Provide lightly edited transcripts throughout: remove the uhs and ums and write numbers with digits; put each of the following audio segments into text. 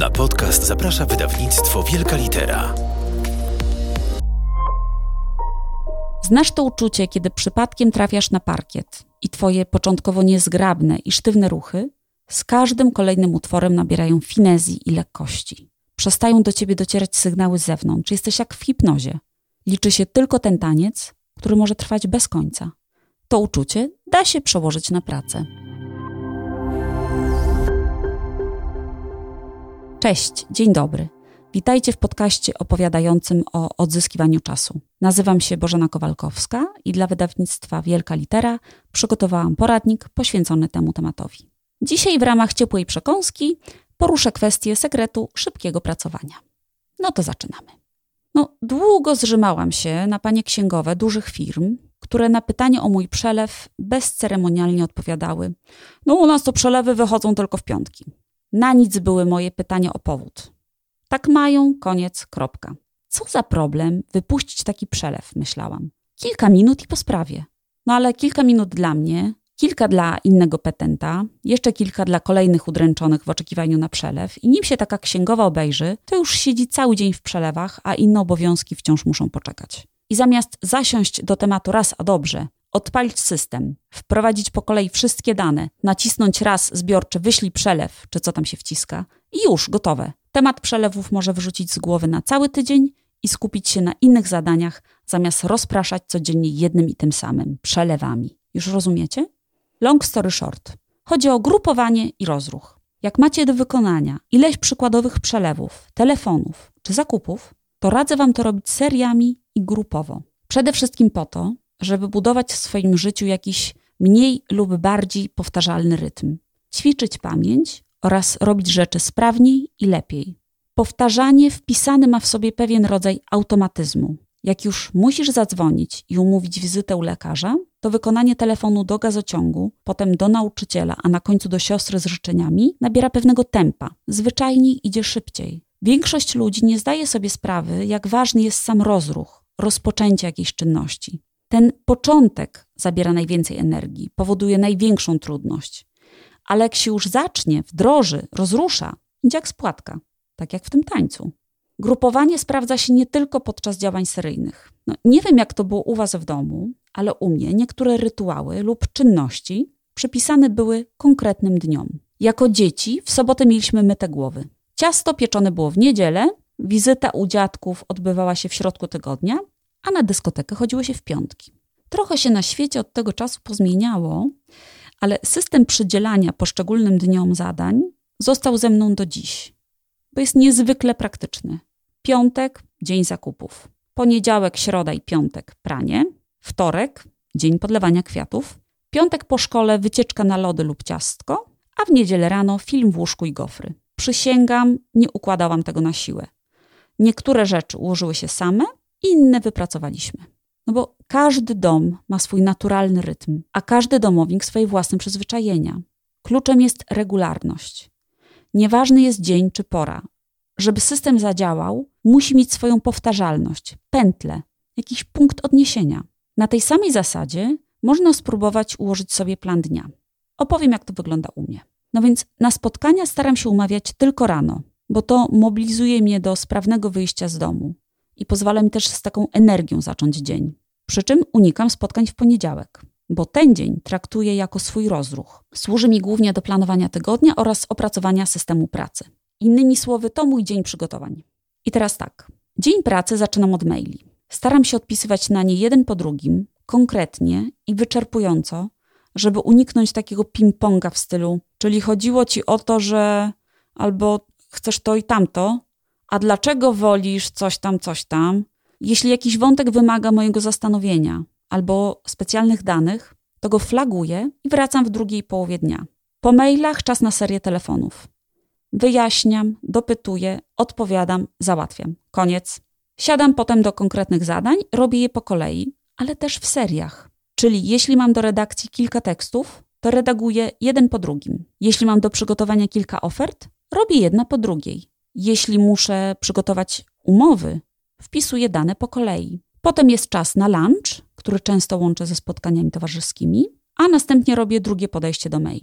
Na podcast zaprasza wydawnictwo Wielka Litera. Znasz to uczucie, kiedy przypadkiem trafiasz na parkiet i twoje początkowo niezgrabne i sztywne ruchy z każdym kolejnym utworem nabierają finezji i lekkości. Przestają do ciebie docierać sygnały z zewnątrz. Jesteś jak w hipnozie. Liczy się tylko ten taniec, który może trwać bez końca. To uczucie da się przełożyć na pracę. Cześć, dzień dobry. Witajcie w podcaście opowiadającym o odzyskiwaniu czasu. Nazywam się Bożena Kowalkowska i dla wydawnictwa Wielka Litera przygotowałam poradnik poświęcony temu tematowi. Dzisiaj w ramach ciepłej przekąski poruszę kwestię sekretu szybkiego pracowania. No to zaczynamy. Długo zrzymałam się na panie księgowe dużych firm, które na pytanie o mój przelew bezceremonialnie odpowiadały: u nas to przelewy wychodzą tylko w piątki. Na nic były moje pytania o powód. Tak mają, koniec, kropka. Co za problem wypuścić taki przelew, myślałam. Kilka minut i po sprawie. Ale kilka minut dla mnie, kilka dla innego petenta, jeszcze kilka dla kolejnych udręczonych w oczekiwaniu na przelew i nim się taka księgowa obejrzy, to już siedzi cały dzień w przelewach, a inne obowiązki wciąż muszą poczekać. I zamiast zasiąść do tematu raz a dobrze, odpalić system, wprowadzić po kolei wszystkie dane, nacisnąć raz zbiorczy wyślij przelew, czy co tam się wciska i już, gotowe. Temat przelewów może wyrzucić z głowy na cały tydzień i skupić się na innych zadaniach, zamiast rozpraszać codziennie jednym i tym samym, przelewami. Już rozumiecie? Long story short. Chodzi o grupowanie i rozruch. Jak macie do wykonania ileś przykładowych przelewów, telefonów czy zakupów, to radzę wam to robić seriami i grupowo. Przede wszystkim po to, żeby budować w swoim życiu jakiś mniej lub bardziej powtarzalny rytm. Ćwiczyć pamięć oraz robić rzeczy sprawniej i lepiej. Powtarzanie wpisany ma w sobie pewien rodzaj automatyzmu. Jak już musisz zadzwonić i umówić wizytę u lekarza, to wykonanie telefonu do gazociągu, potem do nauczyciela, a na końcu do siostry z życzeniami nabiera pewnego tempa. Zwyczajnie idzie szybciej. Większość ludzi nie zdaje sobie sprawy, jak ważny jest sam rozruch, rozpoczęcie jakiejś czynności. Ten początek zabiera najwięcej energii, powoduje największą trudność. Ale jak się już zacznie, wdroży, rozrusza, idzie jak spłatka, tak jak w tym tańcu. Grupowanie sprawdza się nie tylko podczas działań seryjnych. Nie wiem, jak to było u was w domu, ale u mnie niektóre rytuały lub czynności przypisane były konkretnym dniom. Jako dzieci w sobotę mieliśmy myte głowy. Ciasto pieczone było w niedzielę, wizyta u dziadków odbywała się w środku tygodnia, a na dyskotekę chodziło się w piątki. Trochę się na świecie od tego czasu pozmieniało, ale system przydzielania poszczególnym dniom zadań został ze mną do dziś, bo jest niezwykle praktyczny. Piątek – dzień zakupów. Poniedziałek, środa i piątek – pranie. Wtorek – dzień podlewania kwiatów. Piątek po szkole – wycieczka na lody lub ciastko, a w niedzielę rano – film w łóżku i gofry. Przysięgam, nie układałam tego na siłę. Niektóre rzeczy ułożyły się same, inne wypracowaliśmy. Bo każdy dom ma swój naturalny rytm, a każdy domownik swoje własne przyzwyczajenia. Kluczem jest regularność. Nieważny jest dzień czy pora. Żeby system zadziałał, musi mieć swoją powtarzalność, pętlę, jakiś punkt odniesienia. Na tej samej zasadzie można spróbować ułożyć sobie plan dnia. Opowiem, jak to wygląda u mnie. Więc na spotkania staram się umawiać tylko rano, bo to mobilizuje mnie do sprawnego wyjścia z domu i pozwala mi też z taką energią zacząć dzień. Przy czym unikam spotkań w poniedziałek, bo ten dzień traktuję jako swój rozruch. Służy mi głównie do planowania tygodnia oraz opracowania systemu pracy. Innymi słowy, to mój dzień przygotowań. I teraz tak. Dzień pracy zaczynam od maili. Staram się odpisywać na nie jeden po drugim, konkretnie i wyczerpująco, żeby uniknąć takiego ping-ponga w stylu, czyli chodziło ci o to, że albo chcesz to i tamto, a dlaczego wolisz coś tam. Jeśli jakiś wątek wymaga mojego zastanowienia albo specjalnych danych, to go flaguję i wracam w drugiej połowie dnia. Po mailach czas na serię telefonów. Wyjaśniam, dopytuję, odpowiadam, załatwiam. Koniec. Siadam potem do konkretnych zadań, robię je po kolei, ale też w seriach. Czyli jeśli mam do redakcji kilka tekstów, to redaguję jeden po drugim. Jeśli mam do przygotowania kilka ofert, robię jedna po drugiej. Jeśli muszę przygotować umowy, wpisuję dane po kolei. Potem jest czas na lunch, który często łączę ze spotkaniami towarzyskimi, a następnie robię drugie podejście do maili.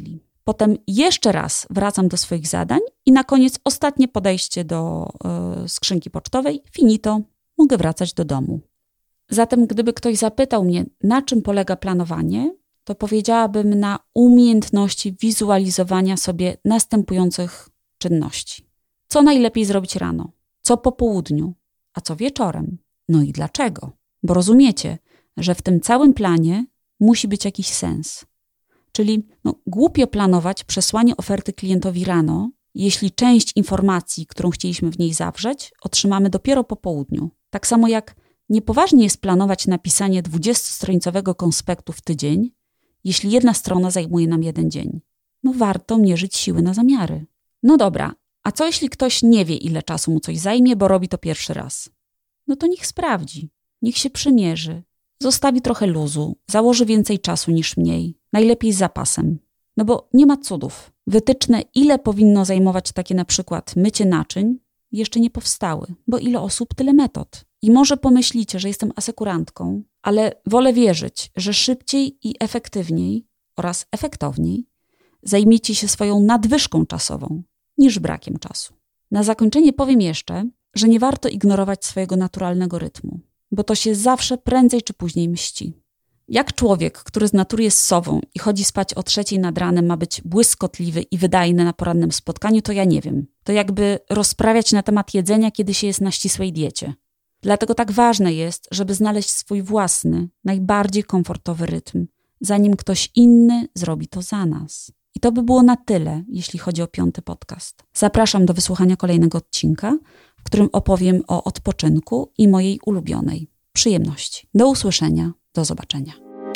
Potem jeszcze raz wracam do swoich zadań i na koniec ostatnie podejście do skrzynki pocztowej. Finito, mogę wracać do domu. Zatem gdyby ktoś zapytał mnie, na czym polega planowanie, to powiedziałabym na umiejętności wizualizowania sobie następujących czynności. Co najlepiej zrobić rano, co po południu, a co wieczorem. No i dlaczego? Bo rozumiecie, że w tym całym planie musi być jakiś sens. Czyli głupio planować przesłanie oferty klientowi rano, jeśli część informacji, którą chcieliśmy w niej zawrzeć, otrzymamy dopiero po południu. Tak samo jak niepoważnie jest planować napisanie 20-stronicowego konspektu w tydzień, jeśli jedna strona zajmuje nam 1 dzień. Warto mierzyć siły na zamiary. No dobra, a co jeśli ktoś nie wie, ile czasu mu coś zajmie, bo robi to pierwszy raz? To niech sprawdzi, niech się przymierzy, zostawi trochę luzu, założy więcej czasu niż mniej, najlepiej z zapasem. Bo nie ma cudów. Wytyczne, ile powinno zajmować takie na przykład mycie naczyń, jeszcze nie powstały, bo ile osób, tyle metod. I może pomyślicie, że jestem asekurantką, ale wolę wierzyć, że szybciej i efektywniej oraz efektowniej zajmiecie się swoją nadwyżką czasową niż brakiem czasu. Na zakończenie powiem jeszcze, że nie warto ignorować swojego naturalnego rytmu, bo to się zawsze prędzej czy później mści. Jak człowiek, który z natury jest sową i chodzi spać o 3:00 nad ranem, ma być błyskotliwy i wydajny na porannym spotkaniu, to ja nie wiem. To jakby rozprawiać na temat jedzenia, kiedy się jest na ścisłej diecie. Dlatego tak ważne jest, żeby znaleźć swój własny, najbardziej komfortowy rytm, zanim ktoś inny zrobi to za nas. I to by było na tyle, jeśli chodzi o 5. podcast. Zapraszam do wysłuchania kolejnego odcinka, w którym opowiem o odpoczynku i mojej ulubionej przyjemności. Do usłyszenia, do zobaczenia.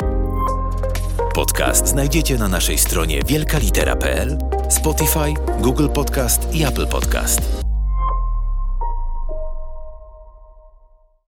Podcast znajdziecie na naszej stronie wielkalitera.pl, Spotify, Google Podcast i Apple Podcast.